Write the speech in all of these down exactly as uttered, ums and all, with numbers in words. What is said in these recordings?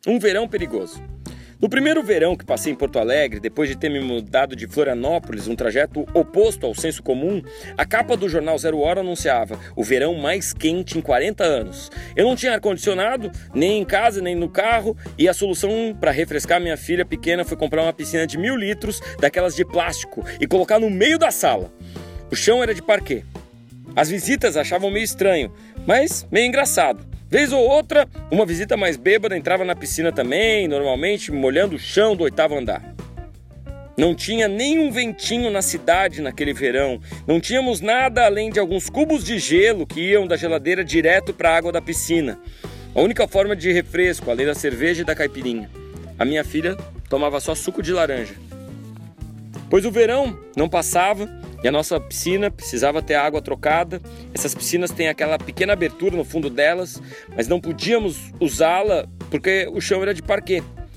Um verão perigoso. No primeiro verão que passei em Porto Alegre, depois de ter me mudado de Florianópolis, um trajeto oposto ao senso comum, a capa do jornal Zero Hora anunciava o verão mais quente em quarenta anos. Eu não tinha ar-condicionado, nem em casa, nem no carro, e a solução para refrescar minha filha pequena foi comprar uma piscina de mil litros, daquelas de plástico, e colocar no meio da sala. O chão era de parquet. As visitas achavam meio estranho, mas meio engraçado. Vez ou outra, uma visita mais bêbada entrava na piscina também, normalmente molhando o chão do oitavo andar. Não tinha nenhum ventinho na cidade naquele verão. Não tínhamos nada além de alguns cubos de gelo que iam da geladeira direto para a água da piscina. A única forma de refresco, além da cerveja e da caipirinha. A minha filha tomava só suco de laranja. Pois o verão não passava e a nossa piscina precisava ter a água trocada. Essas piscinas têm aquela pequena abertura no fundo delas, mas não podíamos usá-la porque o chão era de parquet.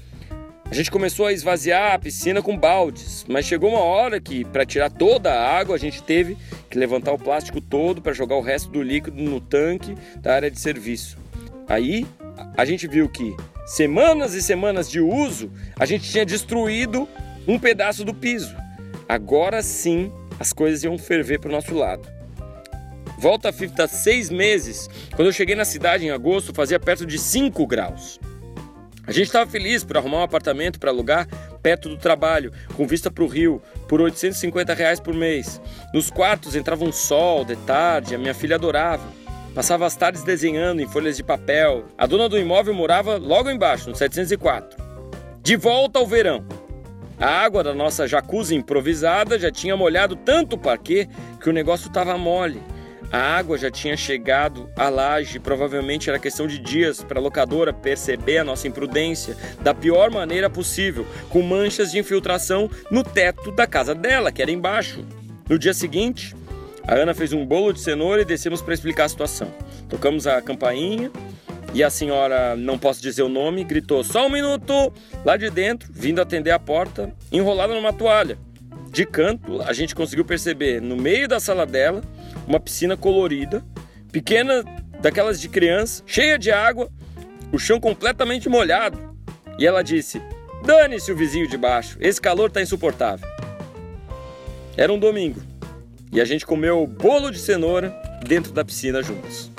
A gente começou a esvaziar a piscina com baldes, mas chegou uma hora que, para tirar toda a água, a gente teve que levantar o plástico todo para jogar o resto do líquido no tanque da área de serviço. Aí a gente viu que, semanas e semanas de uso, a gente tinha destruído um pedaço do piso. Agora sim, as coisas iam ferver para o nosso lado. Volta a fita seis meses, quando eu cheguei na cidade em agosto, fazia perto de cinco graus. A gente estava feliz por arrumar um apartamento para alugar perto do trabalho, com vista para o rio, por oitocentos e cinquenta reais por mês. Nos quartos entrava um sol de tarde, a minha filha adorava. Passava as tardes desenhando em folhas de papel. A dona do imóvel morava logo embaixo, no setecentos e quatro. De volta ao verão. A água da nossa jacuzzi improvisada já tinha molhado tanto o parquet que o negócio estava mole. A água já tinha chegado à laje, provavelmente era questão de dias para a locadora perceber a nossa imprudência da pior maneira possível, com manchas de infiltração no teto da casa dela, que era embaixo. No dia seguinte, a Ana fez um bolo de cenoura e descemos para explicar a situação. Tocamos a campainha e a senhora, não posso dizer o nome, gritou: "Só um minuto!" Lá de dentro, vindo atender a porta, enrolada numa toalha. De canto, a gente conseguiu perceber, no meio da sala dela, uma piscina colorida, pequena, daquelas de criança, cheia de água, o chão completamente molhado. E ela disse: "Dane-se o vizinho de baixo, esse calor tá insuportável." Era um domingo, e a gente comeu bolo de cenoura dentro da piscina juntos.